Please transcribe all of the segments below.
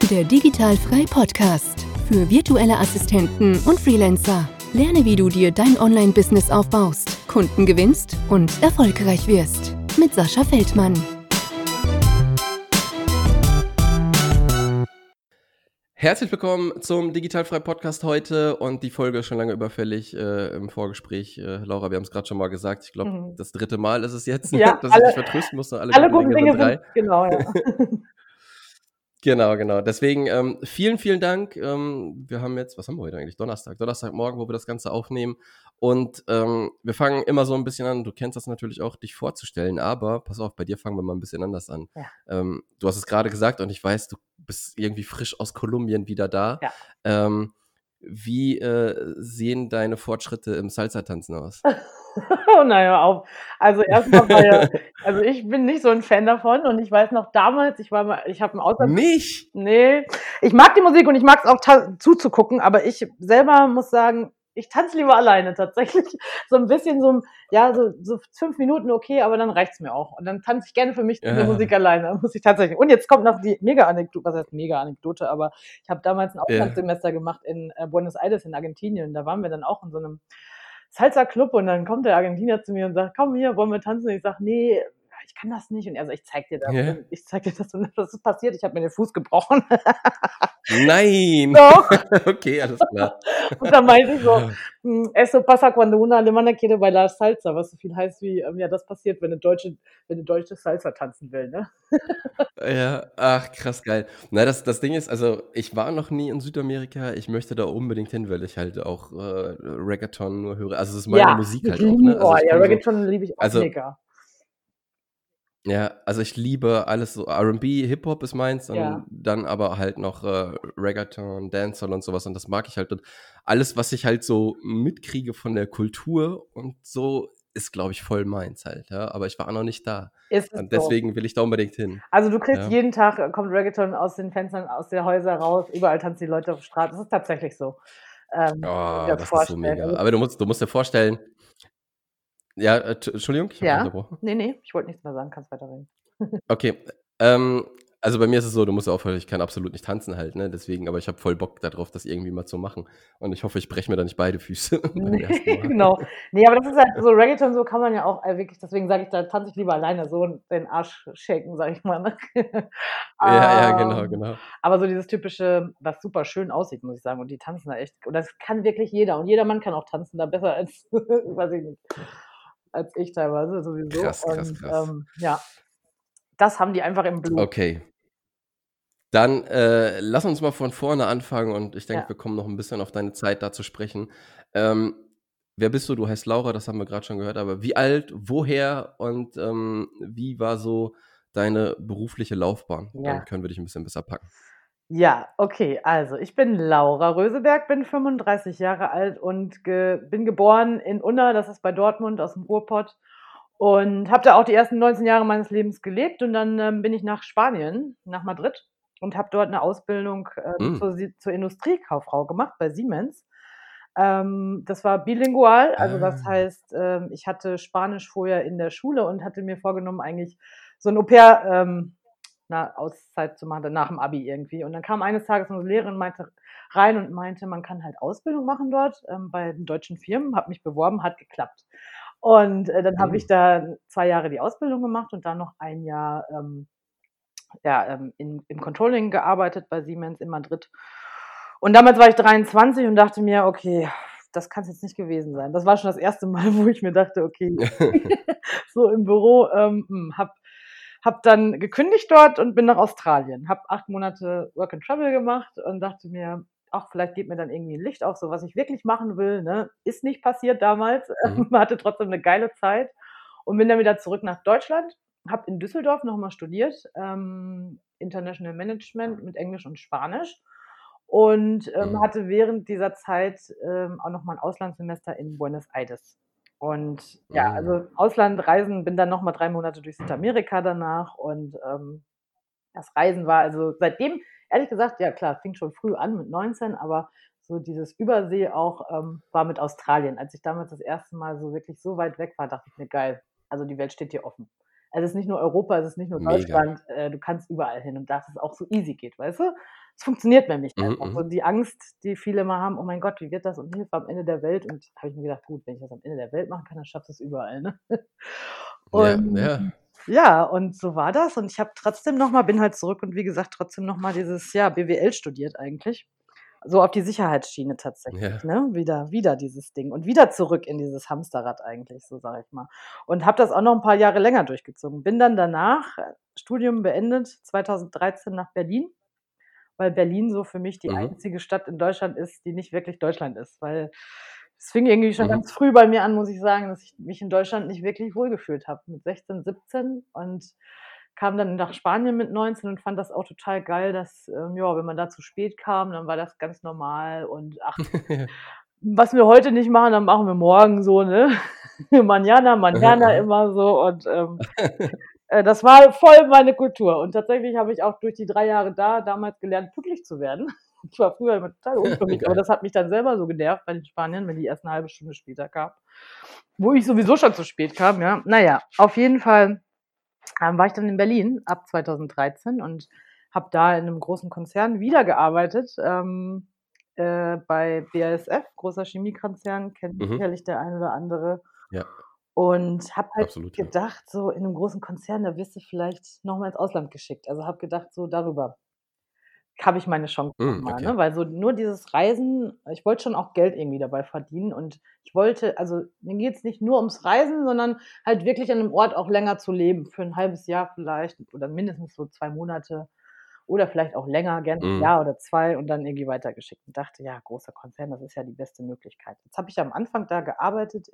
Der Digitalfrei Podcast für virtuelle Assistenten und Freelancer. Lerne, wie du dir dein Online-Business aufbaust, Kunden gewinnst und erfolgreich wirst. Mit Sascha Feldmann. Herzlich willkommen zum Digitalfrei Podcast heute und die Folge ist schon lange überfällig im Vorgespräch. Laura, wir haben es gerade schon mal gesagt, ich glaube, das 3. Mal ist es jetzt, Ja, dass ich dich vertrösten musste. alle guten Dinge sind sind, genau, ja. Genau. Deswegen vielen Dank. Wir haben jetzt, was haben wir heute eigentlich? Donnerstagmorgen, wo wir das Ganze aufnehmen. Und wir fangen immer so ein bisschen an, du kennst das natürlich auch, dich vorzustellen, aber pass auf, bei dir fangen wir mal ein bisschen anders an. Ja. Du hast es gerade gesagt und ich weiß, du bist irgendwie frisch aus Kolumbien wieder da. Ja. Wie sehen deine Fortschritte im Salsa-Tanzen aus? Oh nein, hör auf. Also erstmal, also ich bin nicht so ein Fan davon und ich weiß noch damals, ich habe im Ausland. Nicht? Nee, ich mag die Musik und ich mag es auch zuzugucken, aber ich selber muss sagen, ich tanze lieber alleine tatsächlich. So ein bisschen so 5 Minuten okay, aber dann reicht's mir auch. Und dann tanze ich gerne für mich diese Musik alleine, muss ich tatsächlich. Und jetzt kommt noch die Mega-Anekdote, was heißt Mega-Anekdote, aber ich habe damals ein Auslandssemester gemacht in Buenos Aires in Argentinien. Da waren wir dann auch in so einem Salsa-Club und dann kommt der Argentinier zu mir und sagt, komm hier, wollen wir tanzen? Und ich sage, nee, ich kann das nicht. Und er sagt, ich zeig dir das. Ja. Und ich zeig dir das. Und das ist passiert. Ich habe mir den Fuß gebrochen. Nein! Doch. Okay, alles klar. Und dann meinte ich so, eso pasa cuando una alemana quiere bailar Salsa, was so viel heißt wie, ja, das passiert, wenn eine Deutsche Salsa tanzen will, ne? Ja, ach, krass geil. Na, das Ding ist, also ich war noch nie in Südamerika, ich möchte da unbedingt hin, weil ich halt auch Reggaeton nur höre. Also es ist meine Musik halt auch, ne? Also ich komm Reggaeton liebe ich auch mega. Ja, also ich liebe alles so, R&B, Hip-Hop ist meins und Ja. dann aber halt noch Reggaeton, Dancehall und sowas und das mag ich halt. Und alles, was ich halt so mitkriege von der Kultur und so, ist, glaube ich, voll meins halt, ja. Aber ich war noch nicht da. Ist es Und deswegen will ich da unbedingt hin. Also du kriegst Ja. jeden Tag, kommt Reggaeton aus den Fenstern, aus den Häusern raus, überall tanzen die Leute auf der Straße. Das ist tatsächlich so. Das ist so mega. Aber du musst dir vorstellen, ja, Entschuldigung, ich habe dich unterbrochen. Nee, ich wollte nichts mehr sagen, kannst weiterreden. Okay, also bei mir ist es so, du musst ja aufhören, ich kann absolut nicht tanzen halt, ne, deswegen, aber ich habe voll Bock darauf, das irgendwie mal zu machen und ich hoffe, ich breche mir da nicht beide Füße beim ersten Mal. Genau. Nee, aber das ist halt so, Reggaeton, so kann man ja auch wirklich, deswegen sage ich, da tanze ich lieber alleine, so den Arsch shaken, sag ich mal, ne? Ja, genau. Aber so dieses typische, was super schön aussieht, muss ich sagen, und die tanzen da echt, und das kann wirklich jeder und jeder Mann kann auch tanzen, da besser als, weiß ich nicht, als ich teilweise sowieso. Krass. Ja, das haben die einfach im Blut. Okay. Dann lass uns mal von vorne anfangen und ich denke, wir kommen noch ein bisschen auf deine Zeit da zu sprechen. Wer bist du? Du heißt Laura, das haben wir gerade schon gehört, aber wie alt, woher und wie war so deine berufliche Laufbahn? Ja. Dann können wir dich ein bisschen besser packen. Ja, okay, also ich bin Laura Röseberg, bin 35 Jahre alt und bin geboren in Unna, das ist bei Dortmund aus dem Ruhrpott, und habe da auch die ersten 19 Jahre meines Lebens gelebt und dann bin ich nach Spanien, nach Madrid, und habe dort eine Ausbildung zur Industriekauffrau gemacht bei Siemens. Das war bilingual, also das heißt, ich hatte Spanisch vorher in der Schule und hatte mir vorgenommen, eigentlich so ein Au-pair Auszeit zu machen, nach dem Abi irgendwie. Und dann kam eines Tages unsere Lehrerin rein und meinte, man kann halt Ausbildung machen dort bei den deutschen Firmen. Habe mich beworben, hat geklappt. Und dann habe ich da 2 Jahre die Ausbildung gemacht und dann noch ein Jahr im Controlling gearbeitet bei Siemens in Madrid. Und damals war ich 23 und dachte mir, okay, das kann es jetzt nicht gewesen sein. Das war schon das erste Mal, wo ich mir dachte, okay, so im Büro, hab dann gekündigt dort und bin nach Australien. Habe 8 Monate Work and Travel gemacht und dachte mir, ach, vielleicht geht mir dann irgendwie ein Licht auf, so was ich wirklich machen will. Ne? Ist nicht passiert damals. Hatte trotzdem eine geile Zeit und bin dann wieder zurück nach Deutschland. Habe in Düsseldorf nochmal studiert, International Management mit Englisch und Spanisch. Und hatte während dieser Zeit auch nochmal ein Auslandssemester in Buenos Aires. Und ja, also Auslandreisen, bin dann nochmal 3 Monate durch Südamerika danach und das Reisen war also seitdem, ehrlich gesagt, ja klar, fing schon früh an mit 19, aber so dieses Übersee auch war mit Australien. Als ich damals das erste Mal so wirklich so weit weg war, dachte ich mir, geil, also die Welt steht hier offen. Also, es ist nicht nur Europa, es ist nicht nur Mega. Deutschland, du kannst überall hin und dass es auch so easy geht, weißt du? Es funktioniert nämlich Mhm, einfach. So mhm. die Angst, die viele immer haben: „Oh mein Gott, wie wird das und Hilfe am Ende der Welt?" Und habe ich mir gedacht: „Gut, wenn ich das am Ende der Welt machen kann, dann schaffst du's überall", ne? Ja, Und ja. ja, und so war das und ich habe trotzdem noch mal bin halt zurück und wie gesagt, trotzdem noch mal dieses, ja, BWL studiert eigentlich. So auf die Sicherheitsschiene tatsächlich, Ja. ne? Wieder dieses Ding und wieder zurück in dieses Hamsterrad eigentlich, so sage ich mal. Und habe das auch noch 'n paar Jahre länger durchgezogen. Bin dann danach, Studium beendet, 2013 nach Berlin, weil Berlin so für mich die Mhm. einzige Stadt in Deutschland ist, die nicht wirklich Deutschland ist, weil es fing irgendwie schon Mhm. ganz früh bei mir an, muss ich sagen, dass ich mich in Deutschland nicht wirklich wohlgefühlt habe, mit 16, 17 und kam dann nach Spanien mit 19 und fand das auch total geil, dass, ja, wenn man da zu spät kam, dann war das ganz normal und ach, was wir heute nicht machen, dann machen wir morgen so, ne? Mañana, Aha, mañana aha. immer so und, das war voll meine Kultur und tatsächlich habe ich auch durch die 3 Jahre da damals gelernt, pünktlich zu werden. Ich war früher immer total unpünktlich, aber Geil. das hat mich dann selber so genervt bei den Spaniern, wenn die erst 'ne halbe Stunde später kamen, wo ich sowieso schon zu spät kam, ja. Na ja, auf jeden Fall, war ich dann in Berlin ab 2013 und habe da in 'nem großen Konzern wieder gearbeitet, bei BASF, großer Chemiekonzern, kennt Mhm. sicherlich der ein oder andere. Ja, Und habe halt absolut, ja. gedacht, so in 'nem großen Konzern, da wirst du vielleicht noch mal ins Ausland geschickt. Also, habe gedacht, so darüber habe ich meine Chance noch mal, Okay. ne? Weil so nur dieses Reisen ich wollte schon auch Geld irgendwie dabei verdienen und ich wollte also, mir geht's nicht nur ums Reisen, sondern halt wirklich an 'nem Ort auch länger zu leben, für 'n halbes Jahr vielleicht oder mindestens so 2 Monate oder vielleicht auch länger, gerne 'n Mhm. Jahr oder 2 und dann irgendwie weitergeschickt und dachte: „Ja, großer Konzern, das ist ja die beste Möglichkeit." Jetzt habe ich am Anfang da gearbeitet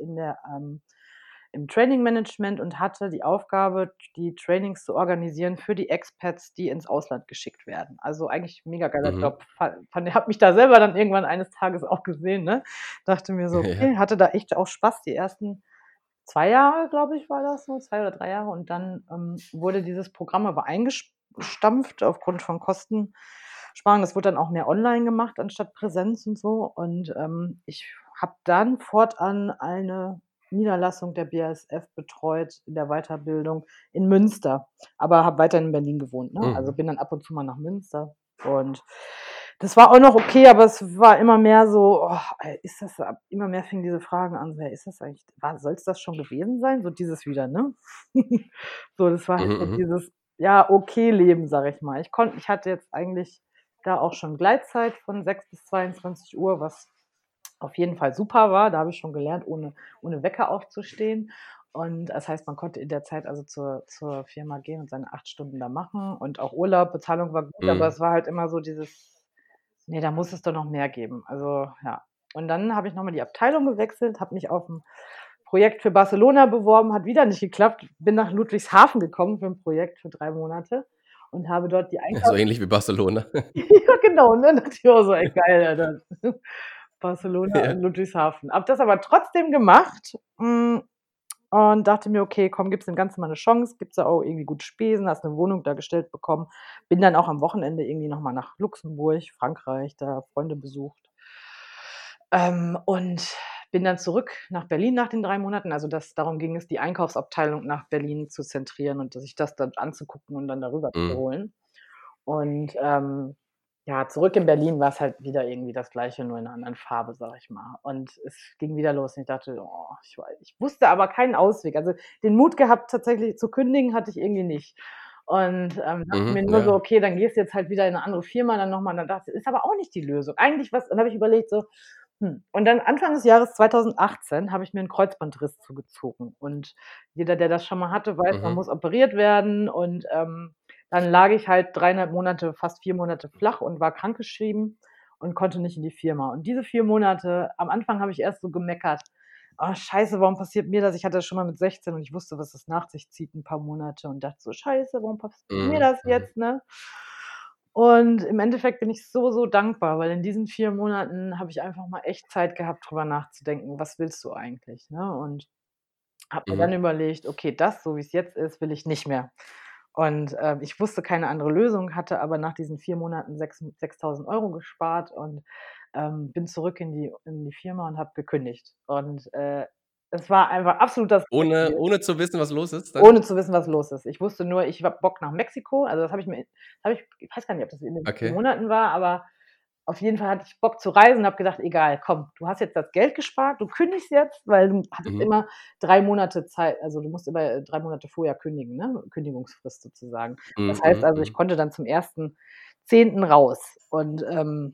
im Training-Management und hatte die Aufgabe, die Trainings zu organisieren für die Expats, die ins Ausland geschickt werden. Also, eigentlich mega geiler Mhm. Job. Habe mich da selber dann irgendwann eines Tages auch gesehen, ne? Dachte mir so: Ja. „Okay", hatte da echt auch Spaß. Die ersten 2 Jahre, glaube ich, war das so, 2 oder 3 Jahre und dann, wurde dieses Programm aber eingestampft aufgrund von Kostensparen. Das wurde dann auch mehr online gemacht anstatt Präsenz und so und, ich habe dann fortan eine Niederlassung der BASF betreut in der Weiterbildung in Münster, aber habe weiterhin in Berlin gewohnt, ne? Also, Mhm. bin dann ab und zu mal nach Münster und das war auch noch okay, aber es war immer mehr so: „Oh, ist das immer mehr fingen diese Fragen an, so: „Ja, ist das eigentlich soll's das schon gewesen sein?" So dieses wieder, ne? So, das war halt Mhm, so mhm. dieses, ja, okay Leben, sage ich mal. Ich hatte jetzt eigentlich da auch schon Gleitzeit von 6 bis 22 Uhr, was auf jeden Fall super war. Da habe ich schon gelernt, ohne Wecker aufzustehen. Und das heißt, man konnte in der Zeit also zur Firma gehen und seine 8 Stunden da machen und auch Urlaub, Bezahlung war gut, aber Mhm. es war halt immer so dieses: „Ne, da muss es doch noch mehr geben." Also, ja. Und dann habe ich noch mal die Abteilung gewechselt, habe mich auf 'n Projekt für Barcelona beworben, hat wieder nicht geklappt, bin nach Ludwigshafen gekommen für 'n Projekt für 3 Monate und habe dort die Ja, so Einkaufs ähnlich wie Barcelona. ja, genau, ne? Dachte ich auch so: „Ey, geil, Alter." Barcelona Ja. und Ludwigshafen. Habe das aber trotzdem gemacht, und dachte mir: „Okay, komm, gibst dem Ganzen mal 'ne Chance, gibt's ja auch irgendwie gute Spesen, hast 'ne Wohnung da gestellt bekommen." Bin dann auch am Wochenende irgendwie noch mal nach Luxemburg, Frankreich, da Freunde besucht. Und bin dann zurück nach Berlin nach den 3 Monaten. Also, darum ging es, die Einkaufsabteilung nach Berlin zu zentrieren und sich das dann anzugucken und dann darüber zu Mhm. holen. Und, ja, zurück in Berlin war's halt wieder irgendwie das Gleiche, nur in 'ner anderen Farbe, sage ich mal. Und es ging wieder los und ich dachte: „Oh, ich wusste aber keinen Ausweg." Also, den Mut gehabt, tatsächlich zu kündigen, hatte ich irgendwie nicht. Und, dachte mir Mhm. nur so: Ja. „Okay, dann gehst du jetzt halt wieder in 'ne andere Firma." Dann noch mal dann dachte ich: „Ist aber auch nicht die Lösung." Eigentlich dann habe ich überlegt so, und dann Anfang des Jahres 2018 habe ich mir 'n Kreuzbandriss zugezogen. Und jeder, der das schon mal hatte, weiß, man Mhm. muss operiert werden und, dann lag ich halt 3,5 Monate, fast 4 Monate flach und war krankgeschrieben und konnte nicht in die Firma. Und diese 4 Monate am Anfang habe ich erst so gemeckert: „Oh, Scheiße, warum passiert mir das?" Ich hatte das schon mal mit 16 und ich wusste, was das nach sich zieht 'n paar Monate und dachte so: „Scheiße, warum passiert mir Mhm. das Mhm. jetzt", ne? Und im Endeffekt bin ich so, so dankbar, weil in diesen 4 Monaten habe ich einfach mal echt Zeit gehabt, drüber nachzudenken: „Was willst du eigentlich", ne? Und habe mir dann Mhm. überlegt: „Okay, das, so wie's jetzt ist, will ich nicht mehr." Und, ich wusste keine andere Lösung, hatte aber nach diesen 4 Monaten 6.000 € gespart und, bin zurück in die Firma und habe gekündigt. Und, Es war einfach absolut das Ohne, Gefühl, ohne zu wissen, was los ist dann? ohne zu wissen, was los ist. Ich wusste nur, ich habe Bock nach Mexiko. Also, ich weiß gar nicht, ob das in den Okay. Monaten war, aber auf jeden Fall hatte ich Bock zu reisen und habe gedacht: „Egal, komm, du hast jetzt das Geld gespart, du kündigst jetzt", weil du hattest Mhm. immer 3 Monate Zeit, also, du musst immer 3 Monate vorher kündigen, ne? Kündigungsfrist sozusagen. Das Mhm, heißt mhm, also, ich mhm. konnte dann zum 1.10. raus und,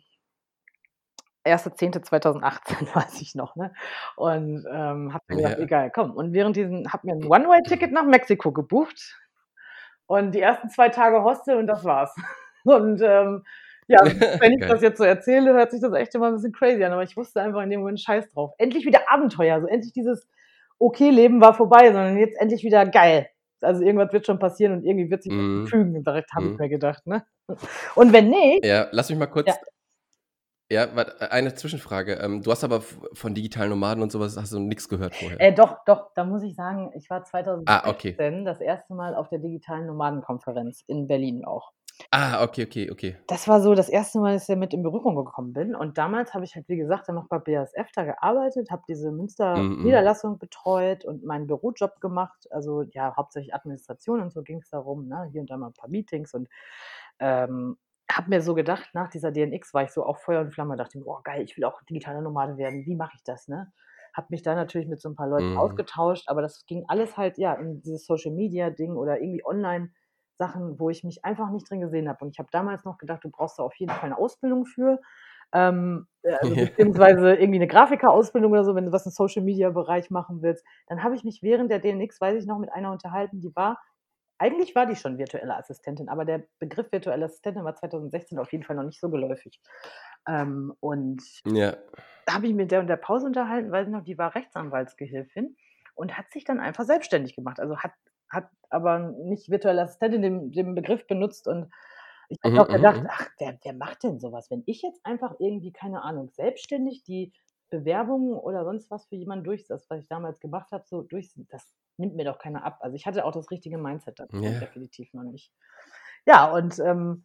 1.10.2018 weiß ich noch, ne? Und, habe mir gedacht: Ja. „Egal, komm." Und während diesen habe mir 'n One-Way-Ticket nach Mexiko gebucht und die ersten 2 Tage Hostel und das war's. Und, ja, wenn ich das Geil. jetzt so erzähle, hört sich das echt immer 'n bisschen crazy an, aber ich wusste einfach in dem Moment: „Scheiß drauf." Endlich wieder Abenteuer, so endlich dieses okay, Leben war vorbei, sondern jetzt endlich wieder geil. Also, irgendwas wird schon passieren und irgendwie wird sich das schon Mhm. fügen, direkt habe ich Mhm. mir gedacht, ne? Und wenn nicht, Ja, lass mich mal ja. kurz. Ja, warte, eine Zwischenfrage. Du hast aber von digitalen Nomaden und sowas hast du nix gehört vorher? Doch, doch, da muss ich sagen, ich war Ah, okay. 2016 das erste Mal auf der digitalen Nomadenkonferenz in Berlin auch. Ah, okay, okay, okay. Das war so das erste Mal, dass ich damit in Berührung gekommen bin und damals habe ich halt, wie gesagt, dann noch bei BASF da gearbeitet, habe diese Mhm, mhm. Münster-Niederlassung betreut und meinen Bürojob gemacht, also, ja, hauptsächlich Administration und so ging's darum, ne? Hier und da mal 'n paar Meetings und, habe mir so gedacht, nach dieser DNX war ich so auf Feuer und Flamme, dachte mir: „Boah, geil, ich will auch digitaler Nomade werden. Wie mache ich das", ne? Habe mich da natürlich mit so 'n paar Leuten Mhm. ausgetauscht, aber das ging alles halt, ja, in dieses Social-Media-Ding oder irgendwie Online-Sachen, wo ich mich einfach nicht drin gesehen habe. Und ich habe damals noch gedacht, du brauchst da auf jeden Fall 'ne Ausbildung für, also Ja. beziehungsweise irgendwie 'ne Grafikerausbildung oder so, wenn du was im Social-Media-Bereich machen willst. Dann habe ich mich während der DNX, weiß ich noch, mit einer unterhalten, eigentlich war die schon virtuelle Assistentin, aber der Begriff virtuelle Assistentin war 2016 auf jeden Fall noch nicht so geläufig. Und Ja. da habe ich mit der in der Pause unterhalten, weiß ich noch, die war Rechtsanwaltsgehilfin und hat sich dann einfach selbstständig gemacht. Also, hat aber nicht virtuelle Assistentin den Begriff benutzt und ich habe Mhm, noch mhm, gedacht: mhm. „Ach, wer macht denn so was?" Wenn ich jetzt einfach irgendwie, keine Ahnung, selbstständig die Bewerbungen oder sonst was für jemanden das, was ich damals gemacht habe, so das nimmt mir doch keiner ab. Also, ich hatte auch das richtige Mindset dafür Ja. definitiv noch nicht. Ja, und,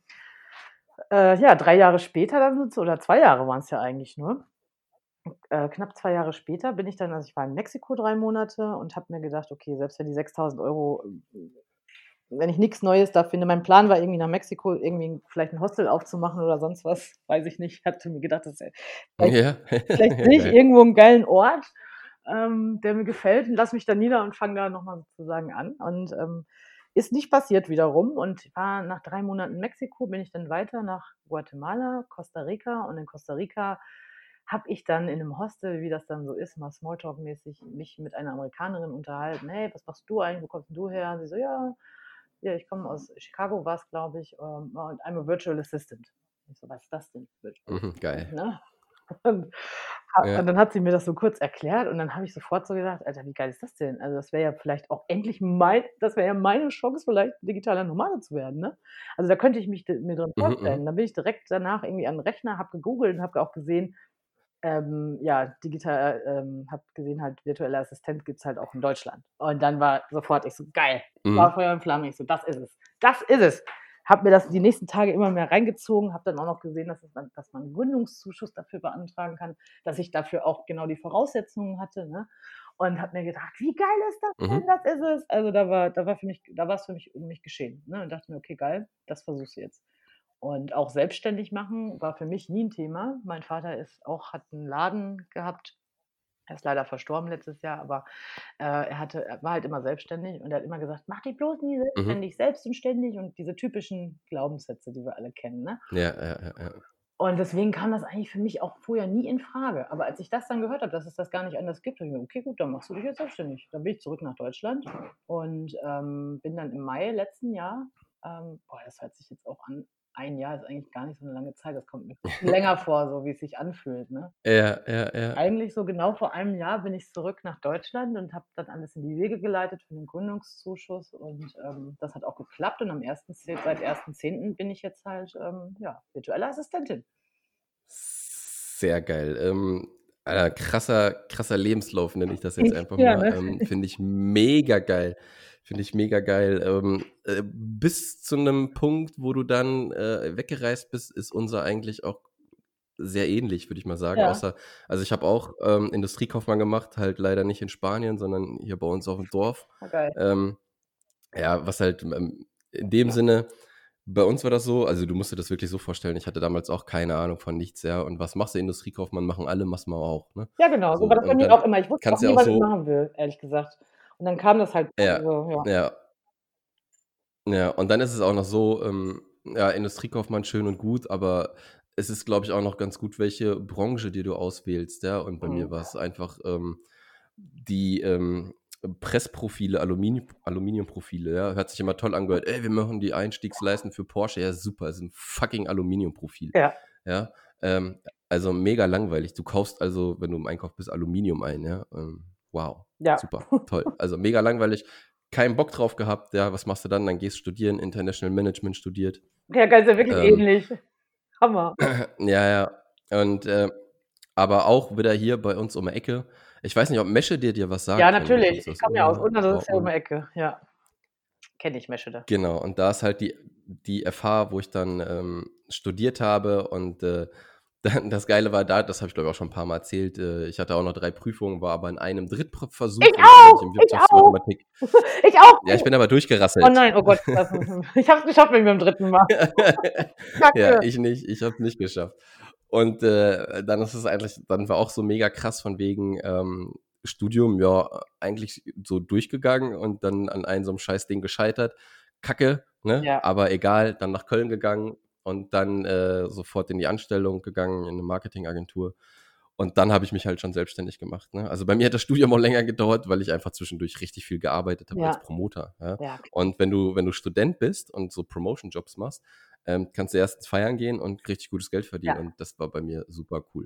ja, 3 Jahre später dann sind's oder 2 Jahre waren's ja eigentlich nur. Knapp 2 Jahre später bin ich dann, also, ich war in Mexiko 3 Monate und habe mir gedacht: „Okay, selbst wenn die 6.000 €, wenn ich nix Neues da finde." Mein Plan war irgendwie nach Mexiko irgendwie vielleicht 'n Hostel aufzumachen oder sonst was, weiß ich nicht. Hatte mir gedacht, das vielleicht Ja. vielleicht Ja, finde ich geil. irgendwo 'n geilen Ort, der mir gefällt und lasse mich da nieder und fange da noch mal sozusagen an. Und, ist nicht passiert wiederum und war nach 3 Monaten Mexiko bin ich dann weiter nach Guatemala, Costa Rica und in Costa Rica habe ich dann in 'nem Hostel, wie das dann so ist, mal Smalltalk-mäßig mich mit einer Amerikanerin unterhalten: „Hey, was machst du eigentlich? Wo kommst 'n du her?" Sie so: „Ja, ich komme aus Chicago", war's, glaube ich, und „I'm a virtual assistant." Ich so: „Was ist das denn? Virtual Mhm, Assistant", geil. ne? Und Ja. und dann hat sie mir das so kurz erklärt und dann habe ich sofort so gedacht: „Alter, wie geil ist das denn?" Also, das wäre ja vielleicht auch endlich das wäre ja meine Chance, vielleicht digitaler Nomade zu werden, ne? Also, da könnte ich mich mir drin Mhm, vorstellen. mhm. Dann bin ich direkt danach irgendwie an 'n Rechner, habe gegoogelt und habe auch gesehen, ja, habe gesehen halt, virtueller Assistent gibt's halt auch in Deutschland. Und dann war sofort ich so: „Geil." War Mhm. Feuer und Flamme. Ich so: „Das ist es. Das ist es." Habe mir das die nächsten Tage immer mehr reingezogen, habe dann auch noch gesehen, dass man 'n Gründungszuschuss dafür beantragen kann, dass ich dafür auch genau die Voraussetzungen hatte, ne? Und habe mir gedacht: „Wie geil ist das denn? Mhm. Das ist es." Also, da war's für mich um mich geschehen, ne? Und dachte mir: „Okay, geil, das versuchst du jetzt." Und auch selbstständig machen war für mich nie 'n Thema. Mein Vater hat 'n Laden gehabt. Er ist leider verstorben letztes Jahr, aber, er war halt immer selbstständig und er hat immer gesagt: „Mach dich bloß nie Mhm. selbstständig, selbst und ständig" und diese typischen Glaubenssätze, die wir alle kennen, ne? Ja, ja, ja, ja. Und deswegen kam das eigentlich für mich auch vorher nie in Frage. Aber als ich das dann gehört habe, dass es das gar nicht anders gibt, habe ich mir gedacht: „Okay, gut, dann machst du dich jetzt selbstständig." Dann bin ich zurück nach Deutschland und, bin dann im Mai letzten Jahr boah, das hört sich jetzt auch an, 1 Jahr ist eigentlich gar nicht so 'ne lange Zeit. Das kommt mir viel länger vor, so wie's sich anfühlt, ne? Ja, ja, ja. Eigentlich so genau vor einem Jahr bin ich zurück nach Deutschland und habe dann alles in die Wege geleitet für den Gründungszuschuss und, das hat auch geklappt und seit 1.10. bin ich jetzt halt, ja, virtuelle Assistentin. Sehr geil. Krasser Lebenslauf nenne ich das jetzt einfach Ja, mal. ne? Finde ich mega geil. Finde ich mega geil. Bis zu 'nem Punkt, wo du dann, weggereist bist, ist unser eigentlich auch sehr ähnlich, würde ich mal sagen. Ja. Also ich habe auch Industriekaufmann gemacht, halt leider nicht in Spanien, sondern hier bei uns auf dem Dorf. Geil. Ja, was halt in dem Sinne, bei uns war das so, also du musst dir das wirklich so vorstellen, ich hatte damals auch keine Ahnung von nichts, ja. Und was machst du, Industriekaufmann, machen alle, machst du auch, ne? Ja, genau, so So, war das bei und mir dann auch immer. Ich wusste auch kannst du ja nie, auch was ich so, machen will, ehrlich gesagt. Und dann kam das halt ja, so, ja. ja, ja, und dann ist es auch noch so, ja, Industriekaufmann schön und gut, aber es ist, glaube ich, auch noch ganz gut, welche Branche dir du auswählst, ja. Und bei mir war es einfach die Pressprofile, Aluminiumprofile, ja. Hört sich immer toll angehört. Ey, wir machen die Einstiegsleisten für Porsche. Ja, super, ist ein fucking Aluminiumprofil. Ja. Ja. Also mega langweilig. Du kaufst also, wenn du im Einkauf bist, Aluminium ein, ja. Wow, Ja. super, toll. Also mega langweilig. Keinen Bock drauf gehabt, ja, was machst du dann? Dann gehst studieren, International Management studiert. Ja, geil, ist ja wirklich Ähm, ähnlich. Hammer. ja, ja. Und aber auch wieder hier bei uns um die Ecke. Ich weiß nicht, ob Mesche dir was sagt, Ja, wenn du natürlich. kommst Ich aus komme ja aus Unna, das ist ja um die Dortmund. Ecke. Ja, kenne ich Meschede. Genau, und da ist halt die FH, wo ich dann studiert habe. Und dann, das Geile war da, das habe ich glaube ich auch schon ein paar Mal erzählt, ich hatte auch noch 3 Prüfungen, war aber in einem Drittversuch, Ich und zwar nämlich auch! in Ich auch! Wirtschaftsmathematik. Ich auch! Ja, ich bin aber Oh durchgerasselt. nein, oh Gott. Ich habe es geschafft mit dem 3. Mal. Ja, Kacke. ich nicht, ich habe es nicht geschafft. Und dann ist es eigentlich, dann war auch so mega krass von wegen Studium, ja, eigentlich so durchgegangen und dann an einem so einem Scheißding gescheitert. Kacke, ne? Ja. Aber egal, dann nach Köln gegangen und dann sofort in die Anstellung gegangen in eine Marketingagentur. Und dann habe ich mich halt schon selbstständig gemacht. Ne? Also bei mir hat das Studium auch länger gedauert, weil ich einfach zwischendurch richtig viel gearbeitet habe als Ja. Promoter. Ja? Ja. Und wenn du Student bist und so Promotion-Jobs machst, kannst du erstens feiern gehen und richtig gutes Geld verdienen. Ja. Und das war bei mir super cool.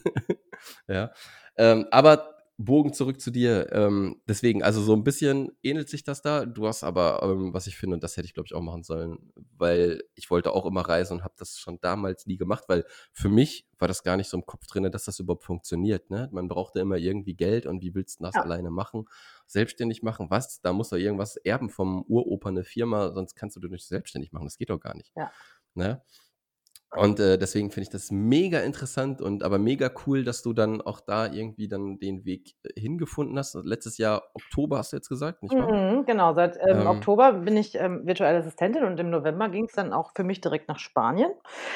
Ja. Aber Bogen zurück zu dir. Deswegen, also so ein bisschen ähnelt sich das da. Du hast aber, was ich finde, und das hätte ich, glaube ich, auch machen sollen, weil ich wollte auch immer reisen und habe das schon damals nie gemacht, weil für mich war das gar nicht so im Kopf drin, dass das überhaupt funktioniert. Ne? Man brauchte immer irgendwie Geld, und wie willst du das Ja. alleine machen? Selbstständig machen? Was? Da muss doch irgendwas erben vom Uropa, eine Firma, sonst kannst du dich nicht selbstständig machen. Das geht doch gar nicht. Ja. Ne? Und deswegen finde ich das mega interessant und aber mega cool, dass du dann auch da irgendwie dann den Weg hingefunden hast. Letztes Jahr Oktober hast du jetzt gesagt, nicht wahr? Genau, seit Oktober bin ich virtuelle Assistentin, und im November ging es dann auch für mich direkt nach Spanien.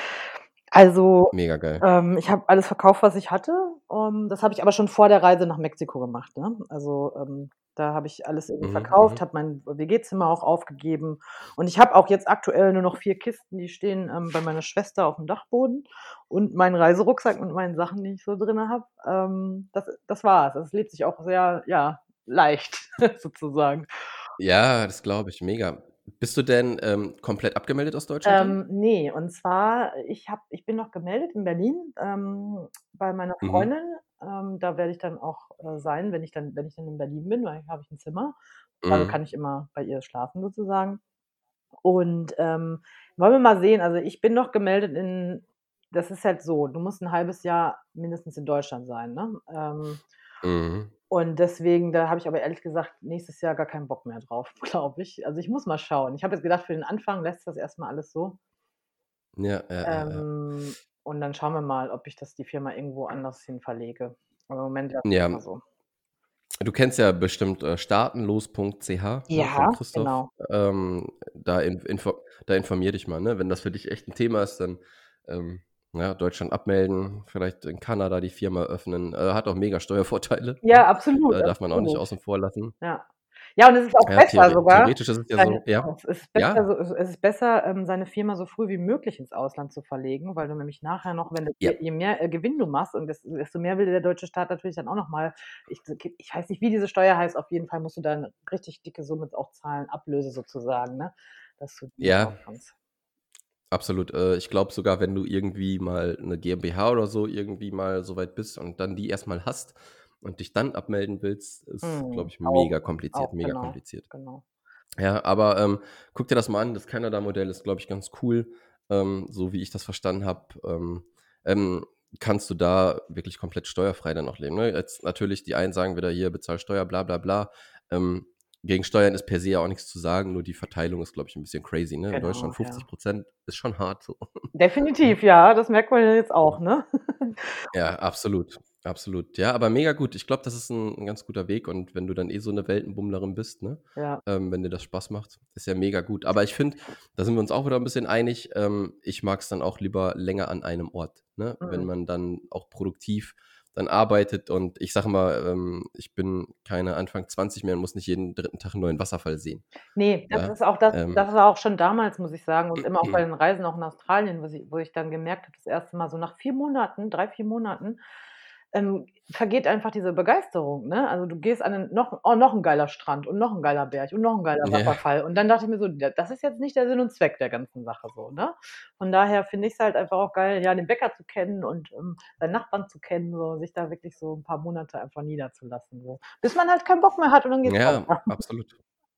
Also, Mega geil. ich habe alles verkauft, was ich hatte. Das habe ich aber schon vor der Reise nach Mexiko gemacht, ne? Also, da habe ich alles irgendwie verkauft, habe mein WG-Zimmer auch aufgegeben, und ich habe auch jetzt aktuell nur noch 4 Kisten, die stehen bei meiner Schwester auf dem Dachboden, und meinen Reiserucksack mit meinen Sachen, die ich so drin habe. Das war's. Es lebt sich auch sehr, ja, leicht sozusagen. Ja, das glaube ich, mega. Bist du denn komplett abgemeldet aus Deutschland dann? Ne, und zwar, ich bin noch gemeldet in Berlin, bei meiner Mhm. Freundin. Da werde ich dann auch sein, wenn ich dann in Berlin bin, weil hier habe ich 'n Zimmer. Also, Mhm. kann ich immer bei ihr schlafen sozusagen. Und wollen wir mal sehen, also, ich bin noch gemeldet in, das ist halt so, du musst 'n halbes Jahr mindestens in Deutschland sein, ne? Mhm. Und deswegen, da habe ich aber ehrlich gesagt nächstes Jahr gar keinen Bock mehr drauf, glaube ich. Also, ich muss mal schauen. Ich habe jetzt gedacht, für den Anfang lässt das erst mal alles so. Ja, ja, ja, ja. Und dann schauen wir mal, ob ich die Firma irgendwo anders hin verlege. Aber im Moment lasse ich's Ja, mal so. du kennst ja bestimmt startenlos.ch, ne, von Ja, Christoph. genau. Da informier dich mal, ne? Wenn das für dich echt ein Thema ist, dann ja, Deutschland abmelden, vielleicht in Kanada die Firma öffnen. Hat auch mega Steuervorteile, Ja, ne? absolut, Darf man auch nicht absolut. außen vor lassen. Ja. Ja, und es ist auch Ja, besser sogar, theoretisch ist es ja seine so, ja? es ist besser Ja, seine Firma so früh wie möglich ins Ausland zu verlegen, weil du nämlich nachher noch, wenn du ja. je mehr Gewinn du machst, und desto mehr will der deutsche Staat natürlich dann auch noch mal, ich weiß nicht, wie diese Steuer heißt, auf jeden Fall musst du da 'ne richtig dicke Summe auch zahlen, Ablöse sozusagen, ne, dass du die Ja, auch kannst. absolut. Ich glaube sogar, wenn du irgendwie mal eine GmbH oder so irgendwie mal so weit bist und dann die erst mal hast und dich dann abmelden willst, ist, glaube ich, Auch, mega kompliziert, mega genau, kompliziert. genau. Ja, aber guck dir das mal an. Das Kanada-Modell ist, glaube ich, ganz cool. So wie ich das verstanden habe, kannst du da wirklich komplett steuerfrei dann auch leben. Ne? Jetzt natürlich, die einen sagen wieder hier, bezahl Steuer, bla bla bla. Gegen Steuern ist per se ja auch nichts zu sagen, nur die Verteilung ist, glaube ich, ein bisschen crazy. Ne? In Genau, Deutschland ja. 50% ist schon hart so. Ne? Definitiv, ja, das merkt man ja jetzt auch, ne? Ja, absolut, absolut. Ja, aber mega gut. Ich glaube, das ist ein ganz guter Weg und wenn du dann so eine Weltenbummlerin bist, ne, Ja. wenn dir das Spaß macht, ist ja mega gut. Aber ich finde, da sind wir uns auch wieder ein bisschen einig, ich mag es dann auch lieber länger an einem Ort, ne, wenn Mhm. man dann auch produktiv dann arbeitet und ich sage mal, ich bin keine Anfang 20 mehr und muss nicht jeden 3. Tag 'n neuen Wasserfall sehen, Ne, das ja? ist auch das Ähm, das war auch schon damals, muss ich sagen, und immer auch bei den Reisen auch in Australien, wo ich dann gemerkt habe, das erste Mal so nach 4 Monaten, 3, 4 Monaten, vergeht einfach diese Begeisterung, ne? Also, du gehst an 'nen noch 'n geiler Strand und noch 'n geiler Berg und noch 'n geiler ja, Wasserfall. Und dann dachte ich mir so: Das ist jetzt nicht der Sinn und Zweck der ganzen Sache so, ne?" Von daher finde ich's halt einfach auch geil, ja, den Bäcker zu kennen und, seinen Nachbarn zu kennen, so, sich da wirklich so 'n paar Monate einfach niederzulassen, so. Bis man halt keinen Bock mehr hat und dann geht's ja, weiter. absolut.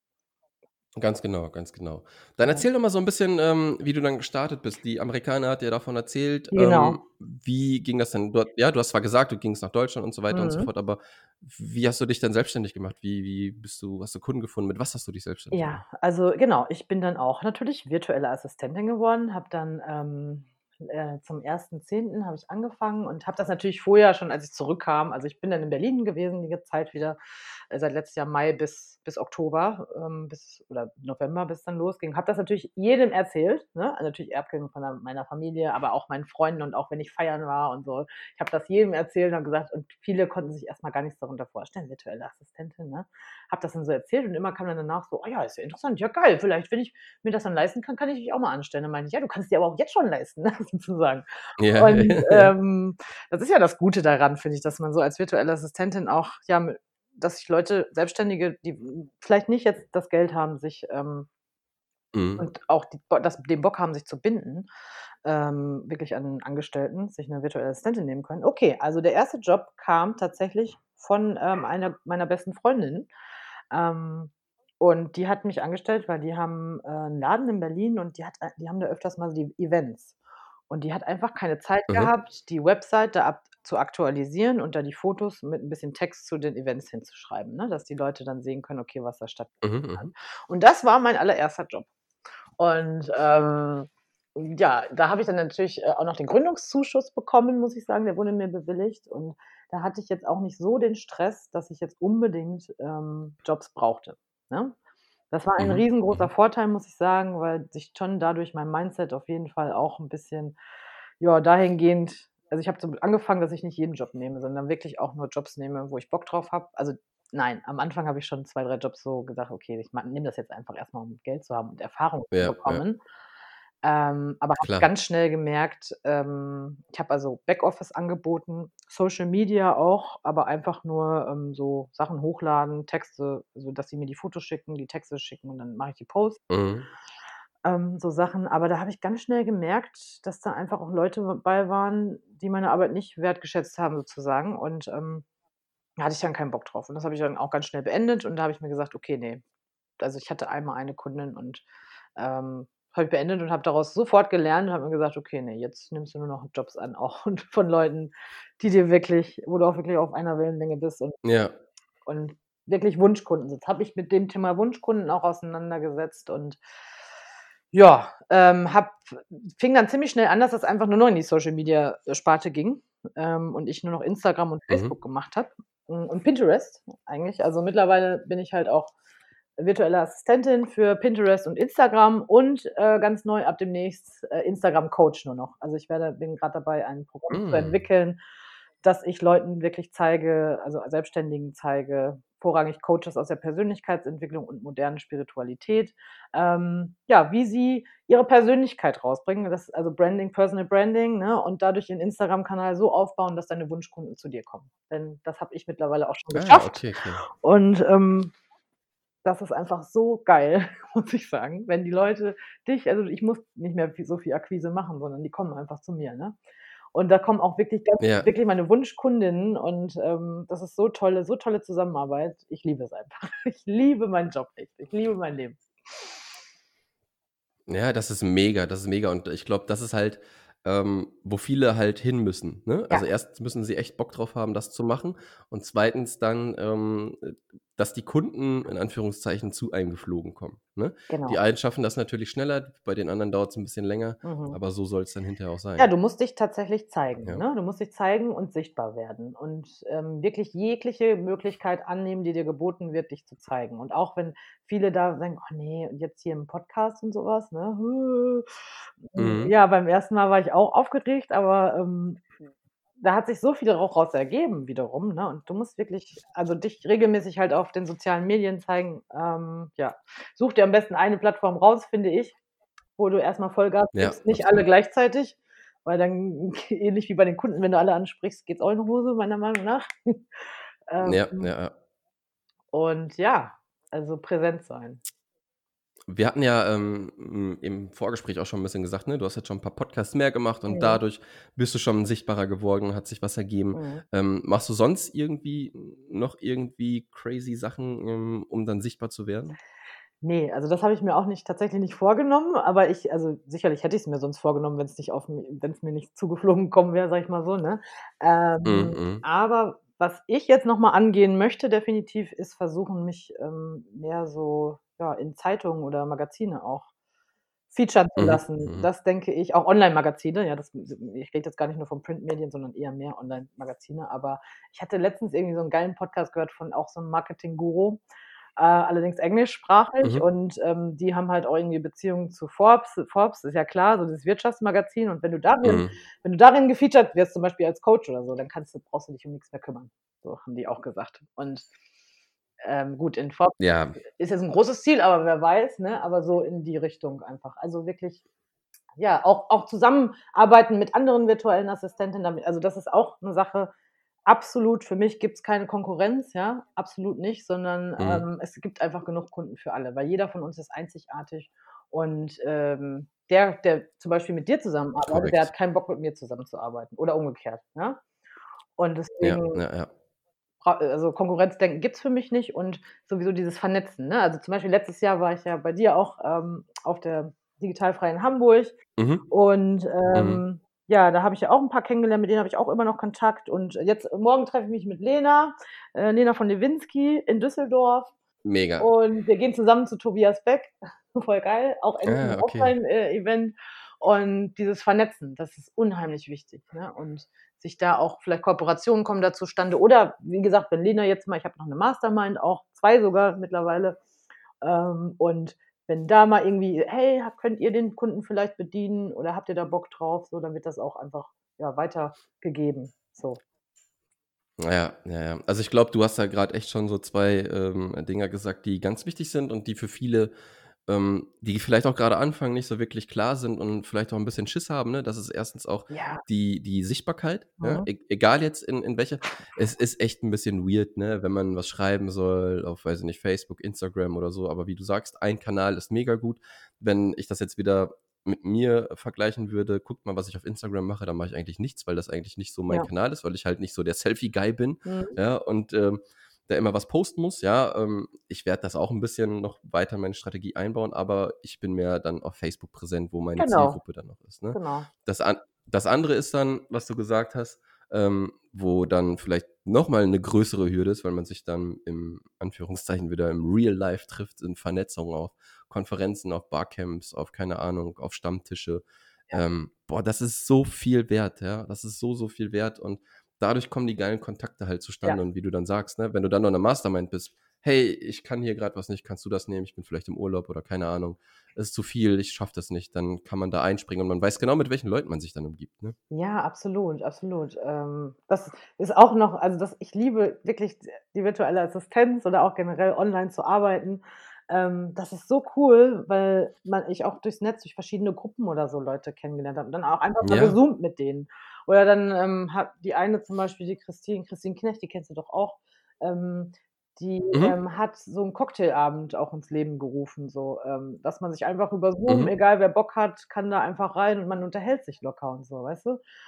Ganz genau, ganz genau. Dann Ja, erzähl doch mal so ein bisschen, wie du dann gestartet bist. Die Amerikaner hat dir davon erzählt. genau. Wie ging das denn dort? Ja, du hast zwar gesagt, du gingst nach Deutschland und so weiter und so Mhm. fort, aber wie hast du dich dann selbstständig gemacht? Wie bist du hast du Kunden gefunden? Mit was hast du dich selbstständig Ja, gemacht? also genau, ich bin dann auch natürlich virtuelle Assistentin geworden, habe dann, zum 1.10. habe ich angefangen und habe das natürlich vorher schon, als ich zurückkam, also, ich bin dann in Berlin gewesen die Zeit wieder, seit letztes Jahr Mai bis Oktober, bis oder November, bis dann losging. Habe das natürlich jedem erzählt, ne? Also, natürlich Erbkind von meiner Familie, aber auch meinen Freunden und auch wenn ich feiern war und so. Ich habe das jedem erzählt und habe gesagt, und viele konnten sich erst mal gar nichts darunter vorstellen, virtuelle Assistentin, ne? Habe das dann so erzählt und immer kam dann danach so: „Oh ja, ist ja interessant. Ja geil, vielleicht, wenn ich mir das dann leisten kann, kann ich dich auch mal anstellen." Dann meinte ich: „Ja, du kannst dir aber auch jetzt schon leisten", ne, sozusagen. Ja, Und, ja. das ist ja das Gute daran, finde ich, dass man so als virtuelle Assistentin auch, ja, dass sich Leute Selbstständige, die vielleicht nicht jetzt das Geld haben, sich, Mhm. und auch den Bock haben, sich zu binden, wirklich an 'n Angestellten, sich 'ne virtuelle Assistentin nehmen können. Okay, also der erste Job kam tatsächlich von, einer meiner besten Freundinnen. Ähm, und die hat mich angestellt, weil die haben, 'n Laden in Berlin und die haben da öfters mal so die Events. Und die hat einfach keine Zeit Mhm. gehabt, die Website da zu aktualisieren und da die Fotos mit 'n bisschen Text zu den Events hinzuschreiben, ne, dass die Leute dann sehen können, okay, was da Mhm, stattgefunden hat. mhm. Und das war mein allererster Job. Und, ja, da habe ich dann natürlich, auch noch den Gründungszuschuss bekommen, muss ich sagen, der wurde mir bewilligt. Und da hatte ich jetzt auch nicht so den Stress, dass ich jetzt unbedingt, Jobs brauchte, ne? Das war ein Mhm, riesengroßer mhm. Vorteil, muss ich sagen, weil sich schon dadurch mein Mindset auf jeden Fall auch 'n bisschen, ja, dahingehend, also, ich habe so angefangen, dass ich nicht jeden Job nehme, sondern wirklich auch nur Jobs nehme, wo ich Bock drauf habe. Also, nein, am Anfang habe ich schon 2, 3 Jobs so gesagt: „Okay, ich nehme das jetzt einfach erst mal, um Geld zu haben und Erfahrung zu Ja, ja, bekommen." Aber habe klar. ganz schnell gemerkt, ich habe also Backoffice angeboten, Social Media auch, aber einfach nur, so Sachen hochladen, Texte, so dass sie mir die Fotos schicken, die Texte schicken und dann mache ich die Posts, Mhm. so Sachen. Aber da habe ich ganz schnell gemerkt, dass da einfach auch Leute bei waren, die meine Arbeit nicht wertgeschätzt haben sozusagen und, da hatte ich dann keinen Bock drauf. Und das habe ich dann auch ganz schnell beendet und da habe ich mir gesagt: „Okay, ne." Also, ich hatte einmal eine Kundin und, habe ich beendet und habe daraus sofort gelernt und habe mir gesagt: „Okay, ne, jetzt nimmst du nur noch Jobs an, auch und von Leuten, die dir wirklich, wo du auch wirklich auf einer Wellenlänge bist Ja. und wirklich Wunschkunden sind." Habe mich mit dem Thema Wunschkunden auch auseinandergesetzt und ja, fing dann ziemlich schnell an, dass das einfach nur noch in die Social Media, Sparte ging, und ich nur noch Instagram und Mhm. Facebook gemacht habe, und Pinterest eigentlich. Also, mittlerweile bin ich halt auch virtuelle Assistentin für Pinterest und Instagram und, ganz neu ab demnächst, Instagram-Coach nur noch. Also, bin grad dabei, ein Programm zu Hm. entwickeln, dass ich Leuten wirklich zeige, also Selbstständigen zeige, vorrangig Coaches aus der Persönlichkeitsentwicklung und modernen Spiritualität, ja, wie sie ihre Persönlichkeit rausbringen. Das also Branding, Personal Branding, ne, und dadurch den Instagram-Kanal so aufbauen, dass deine Wunschkunden zu dir kommen. Denn das habe ich mittlerweile auch schon Ah, geschafft okay, okay. und, das ist einfach so geil, muss ich sagen, wenn die Leute ich muss nicht mehr so viel Akquise machen, sondern die kommen einfach zu mir, ne? Und da kommen auch Ja. wirklich meine Wunschkundinnen und, das ist so tolle Zusammenarbeit. Ich liebe es einfach. Ich liebe meinen Job echt. Ich liebe mein Leben. Ja, das ist mega und ich glaube, das ist halt, wo viele halt hin müssen, ne? Ja, Also, erstens müssen sie echt Bock drauf haben, das zu machen und zweitens dann, dass die Kunden in Anführungszeichen zu einem geflogen kommen, ne? Die genau. einen schaffen das natürlich schneller, bei den anderen dauert's 'n bisschen länger, Mhm. aber so soll's dann hinterher auch Ja, sein. du musst dich tatsächlich zeigen, Ja. ne? Du musst dich zeigen und sichtbar werden und, wirklich jegliche Möglichkeit annehmen, die dir geboten wird, dich zu zeigen. Und auch wenn viele da sagen: „Oh ne, und jetzt hier im Podcast und so was, ne? Mhm. Ja, beim ersten Mal war ich auch aufgeregt, aber, da hat sich so viel auch raus ergeben wiederum, ne? Und du musst wirklich also, dich regelmäßig halt auf den sozialen Medien zeigen. Ja, such dir am besten eine Plattform raus, finde ich, wo du erst mal Vollgas Ja, gibst, nicht alle absolut. gleichzeitig, weil dann ähnlich wie bei den Kunden, wenn du alle ansprichst, geht's auch in die Hose, meiner Meinung nach. Ja, Ähm, ja, ja. und ja, also präsent sein. Wir hatten ja, im Vorgespräch auch schon 'n bisschen gesagt, ne, du hast jetzt schon 'n paar Podcasts mehr gemacht und Mhm, dadurch bist du schon sichtbarer geworden, hat sich was ergeben. mhm. Machst du sonst irgendwie noch irgendwie crazy Sachen, um dann sichtbar zu werden? Ne, also das habe ich mir auch nicht tatsächlich nicht vorgenommen, aber also sicherlich hätte ich's mir sonst vorgenommen, wenn's mir nicht zugeflogen gekommen wäre, sage ich mal so, ne? Mhm, mhm. Aber was ich jetzt noch mal angehen möchte definitiv, ist versuchen, mich, mehr so, ja, in Zeitungen oder Magazine auch featuren zu Mhm, lassen. mhm. Das denke ich auch Online-Magazine, ja, ich rede jetzt gar nicht nur von Printmedien, sondern eher mehr Online-Magazine. Aber ich hatte letztens irgendwie so 'n geilen Podcast gehört von auch so 'nem Marketing-Guru, allerdings englischsprachig Mhm, und, die haben halt auch irgendwie Beziehungen zu Forbes. Forbes ist ja klar, so dieses Wirtschaftsmagazin und mhm. wenn du darin gefeatured wirst, zum Beispiel als Coach oder so, dann brauchst du dich um nix mehr kümmern. So haben die auch gesagt. Und, gut, in Forbes Ja, ist jetzt 'n großes Ziel, aber wer weiß, ne? Aber so in die Richtung einfach. Also wirklich, ja, auch zusammenarbeiten mit anderen virtuellen Assistentinnen, also das ist auch 'ne Sache. Absolut, für mich gibt's keine Konkurrenz, ja, absolut nicht, sondern, mhm. es gibt einfach genug Kunden für alle, weil jeder von uns ist einzigartig und, der zum Beispiel mit dir zusammenarbeitet, der hat Korrekt. keinen Bock, mit mir zusammenzuarbeiten oder umgekehrt, ja? Und Ja, deswegen ja, ja. also Konkurrenzdenken gibt's für mich nicht und sowieso dieses Vernetzen, ne? Also, zum Beispiel letztes Jahr war ich ja bei dir auch, auf der Digitalfreien Hamburg Mhm, und, mhm. ja, da habe ich ja auch 'n paar kennengelernt, mit denen habe ich auch immer noch Kontakt und jetzt morgen treffe ich mich mit Lena von Lewinsky in Düsseldorf Mega. und wir gehen zusammen zu Tobias Beck, voll geil, auch endlich 'n Ah, okay. Offline Event und dieses Vernetzen, das ist unheimlich wichtig, ne? Und sich da auch vielleicht Kooperationen kommen da zustande oder wie gesagt, wenn Lena jetzt mal ich habe noch 'ne Mastermind, auch 2 sogar mittlerweile, und wenn da mal irgendwie: „Hey, könnt ihr den Kunden vielleicht bedienen oder habt ihr da Bock drauf?“ So, dann wird das auch einfach, ja, weitergegeben, so. Ja, ja, ja. Also, ich glaube, du hast da grad echt schon so 2 Dinger gesagt, die ganz wichtig sind und die für viele, die vielleicht auch grade anfangen, nicht so wirklich klar sind und vielleicht auch 'n bisschen Schiss haben, ne? Das ist erstens auch Ja, die Sichtbarkeit, ja? mhm, Egal jetzt in welcher es ist echt 'n bisschen weird, ne, wenn man was schreiben soll auf, weiß ich nicht, Facebook, Instagram oder so, aber wie du sagst, ein Kanal ist mega gut. Wenn ich das jetzt wieder mit mir vergleichen würde, guckt mal, was ich auf Instagram mache, dann mache ich eigentlich nichts, weil das eigentlich nicht so mein ja, Kanal ist, weil ich halt nicht so der Selfie-Guy bin, mhm, ja, und, da immer was posten muss, ja. Ich werde das auch 'n bisschen noch weiter in meine Strategie einbauen, aber ich bin mehr dann auf Facebook präsent, wo meine genau, Zielgruppe dann noch ist, ne? genau. Das andere ist dann, was du gesagt hast, wo dann vielleicht noch mal 'ne größere Hürde ist, weil man sich dann im Anführungszeichen wieder im Real Life trifft, in Vernetzung auf Konferenzen, auf Barcamps, auf keine Ahnung, auf Stammtische. Boah, das ist so viel wert, ja. Das ist so, so viel wert und dadurch kommen die geilen Kontakte halt Ja, zustande und wie du dann sagst, ne, wenn du dann noch in 'ner Mastermind bist: „Hey, ich kann hier grad was nicht, kannst du das nehmen? Ich bin vielleicht im Urlaub“ oder keine Ahnung. „Es ist zu viel, ich schaffe das nicht.“ Dann kann man da einspringen und man weiß genau, mit welchen Leuten man sich dann umgibt, ne? ja, absolut, absolut. Das ist auch noch also, ich liebe wirklich die virtuelle Assistenz oder auch generell online zu arbeiten. Das ist so cool, weil ich auch durchs Netz, durch verschiedene Gruppen oder so Leute kennengelernt habe und dann auch einfach mal Ja. gezoomt mit denen. Oder dann, hat die eine zum Beispiel, die Christine Knecht, die kennst du doch auch, ähm, die, Mhm. hat so 'n Cocktailabend auch ins Leben gerufen, so, dass man sich einfach über Zoom, Mhm. egal wer Bock hat, kann da einfach rein und man unterhält sich locker und so, weißt du?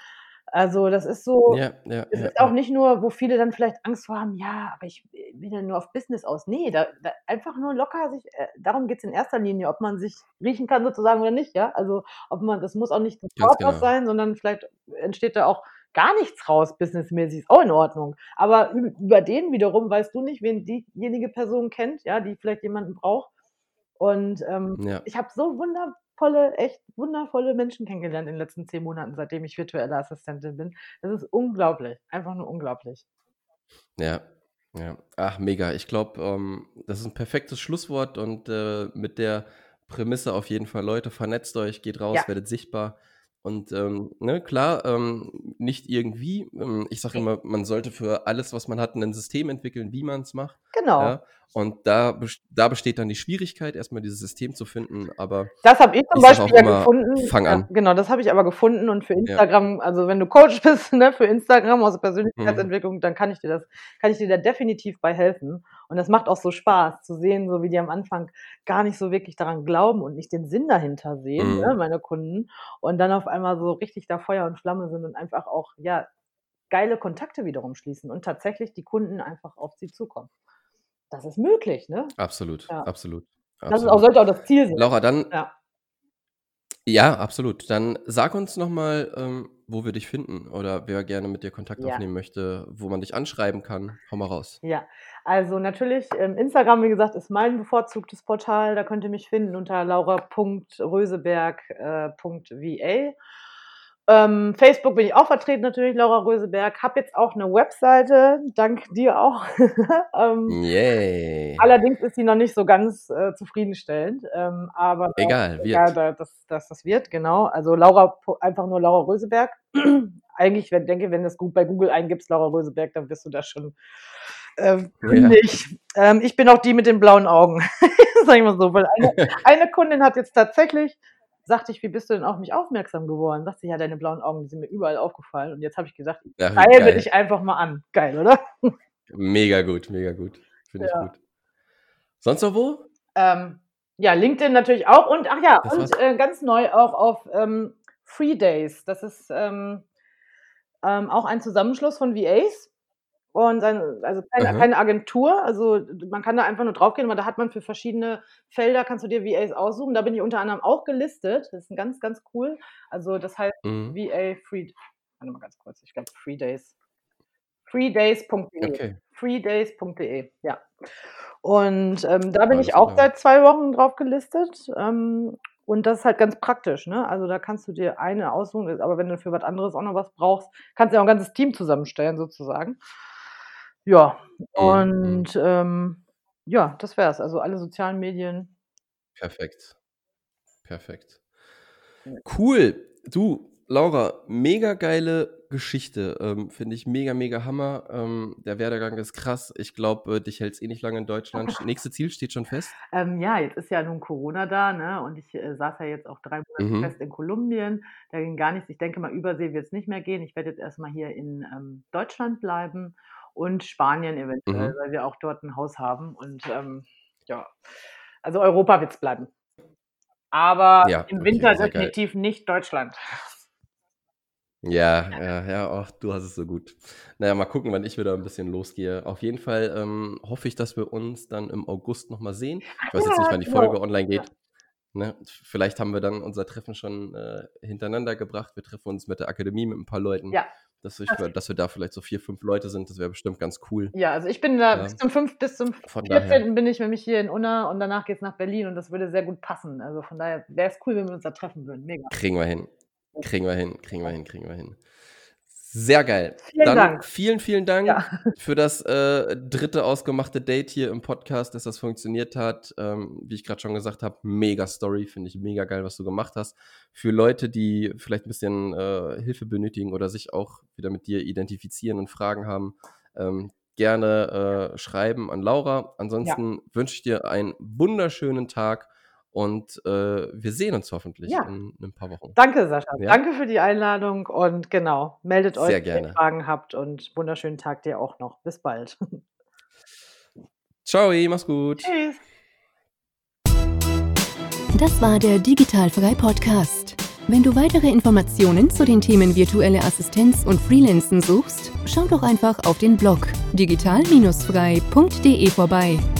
Also, das ist so, Ja, ja, es ja, ist auch ja. nicht nur, wo viele dann vielleicht Angst vor haben: „Ja, aber ich will ja nur auf Business aus.“ Ne, da einfach nur locker sich darum geht's in erster Linie, ob man sich riechen kann sozusagen oder nicht, ja? Also, ob man das muss auch nicht Ganz sofort was genau. sein, sondern vielleicht entsteht da auch gar nichts raus businessmäßig, ist auch in Ordnung. Aber über den wiederum weißt du nicht, wen diejenige Person kennt, ja, die vielleicht jemanden braucht. Und, Ja, ich habe so wundervolle, echt wundervolle Menschen kennengelernt in den letzten 10 Monaten, seitdem ich virtuelle Assistentin bin. Das ist unglaublich, einfach nur unglaublich. ja, ja. Ach, mega. Ich glaube, das ist ein perfektes Schlusswort und, mit der Prämisse auf jeden Fall: Leute, vernetzt euch, geht Ja, raus, werdet sichtbar und, ne, klar, nicht irgendwie. Ich sage ne, immer, man sollte für alles, was man hat, ein System entwickeln, wie man es macht, genau. ja? Und da besteht dann die Schwierigkeit, erst mal dieses System zu finden, aber Das habe ich zum ich sage Beispiel auch ja immer: gefunden. „Fang Ja, an." genau, das habe ich aber gefunden und für Ja. Instagram, also, wenn du Coach bist, ne, für Instagram, also Mhm. Persönlichkeitsentwicklung, dann kann ich dir da definitiv bei helfen. Und das macht auch so Spaß zu sehen, so wie die am Anfang gar nicht so wirklich daran glauben und nicht den Sinn dahinter sehen, ne, Mhm. meine Kunden, und dann auf einmal so richtig da Feuer und Flamme sind und einfach auch, ja, geile Kontakte wiederum schließen und tatsächlich die Kunden einfach auf sie zukommen. Das ist möglich, ne? Absolut, Ja. absolut, Das ist auch absolut. sollte auch das Ziel sein. Laura, dann Ja. ja, absolut. Dann sag uns noch mal, wo wir dich finden oder wer gerne mit dir Kontakt Ja. aufnehmen möchte, wo man dich anschreiben kann. Hau mal raus. Ja, also natürlich, Instagram, wie gesagt, ist mein bevorzugtes Portal. Da könnt ihr mich finden unter laura.röseberg, .va. Facebook bin ich auch vertreten natürlich, Laura Röseberg. Habe jetzt auch 'ne Webseite, dank dir auch. Ähm, Yay. allerdings ist sie noch nicht so ganz, zufriedenstellend, aber Egal, ja, wird. das wird, genau. Also einfach nur Laura Röseberg. Eigentlich, wenn du das bei Google eingibst, Laura Röseberg, dann wirst du da schon, Ja. fündig. Ich bin auch die mit den blauen Augen, sage ich mal so, weil eine Kundin hat jetzt tatsächlich sagte ich: „Wie bist du denn auf mich aufmerksam geworden?“ Sagt sie: „Ja, deine blauen Augen, die sind mir überall aufgefallen.“ Und jetzt habe ich gesagt: „Ich Ach, wie schreibe geil. dich einfach mal an.“ Geil, oder? Mega gut, mega gut. Finde ich Ja. gut. Sonst noch wo? Ähm, ja, LinkedIn natürlich auch und ach ja, Das und, war's? ganz neu auch auf, Free Days. Das ist, auch ein Zusammenschluss von VAs und also Aha. keine Agentur. Also, man kann da einfach nur draufgehen, aber da hat man für verschiedene Felder kannst du dir VAs aussuchen. Da bin ich unter anderem auch gelistet. Das ist ganz, ganz cool. Also, das heißt Mhm. VA Free warte mal ganz kurz, ich glaube Free Days. freedays.de. Okay. freedays.de, ja. Und, da bin ich Alles auch klar. seit 2 Wochen drauf gelistet, und das ist halt ganz praktisch, ne? Also, da kannst du dir eine aussuchen, aber wenn du für was anderes auch noch was brauchst, kannst du ja auch 'n ganzes Team zusammenstellen sozusagen. Ja, Mhm, mhm. und, ja, das wäre es. Also, alle sozialen Medien. Perfekt, perfekt. Ja. Cool. Du, Laura, mega geile Geschichte. Finde ich mega, mega Hammer. Der Werdegang ist krass. Ich glaube, dich hält's eh nicht lange in Deutschland. Nächste Ziel steht schon fest? Ja, jetzt ist ja nun Corona da, ne, und ich, saß ja jetzt auch 3 Monate Mhm. fest in Kolumbien. Da ging gar nichts. Ich denke mal, Übersee wird's nicht mehr gehen. Ich werde jetzt erst mal hier in, Deutschland bleiben und Spanien eventuell, Mhm. weil wir auch dort 'n Haus haben und, ja, also Europa wird's bleiben. Aber Ja, im okay, Winter sehr geil. definitiv nicht Deutschland. Ja, ja, ja, ach, du hast es so gut. Na ja, mal gucken, wann ich wieder ein bisschen losgehe. Auf jeden Fall, hoffe ich, dass wir uns dann im August noch mal sehen. Ach Ich weiß jetzt nicht, ja, wann die genau. Folge online Ja. geht, ne? Vielleicht haben wir dann unser Treffen schon, hintereinander gebracht. Wir treffen uns mit der Akademie mit ein paar Leuten, Ja, das dass wir da vielleicht so 4, 5 Leute sind. Das wäre bestimmt ganz cool. ja, also ich bin da Ja, bis zum von daher 14. bin ich nämlich hier in Unna und danach geht's nach Berlin und das würde sehr gut passen. Also, von daher wäre es cool, wenn wir uns da treffen würden. Mega. kriegen wir hin. Kriegen wir hin, kriegen wir hin, kriegen wir hin. Sehr geil. Vielen Dann Dank. vielen, vielen Ja, Dank für das, 3. ausgemachte Date hier im Podcast, dass das funktioniert hat. Wie ich gerade schon gesagt habe, mega Story, finde ich mega geil, was du gemacht hast. Für Leute, die vielleicht ein bisschen, Hilfe benötigen oder sich auch wieder mit dir identifizieren und Fragen haben, gerne, schreiben an Laura. ja, Ansonsten wünsche ich dir einen wunderschönen Tag und, wir sehen uns hoffentlich ja. in 'n paar Wochen. Danke, Sascha. Ja? Danke für die Einladung und genau, meldet euch, Sehr wenn ihr gerne. Fragen habt und wunderschönen Tag dir auch noch. Bis bald. Tschau, mach's gut. Tschüss. Das war der Digitalfrei Podcast. Wenn du weitere Informationen zu den Themen virtuelle Assistenz und Freelancen suchst, schau doch einfach auf den Blog digital-frei.de vorbei.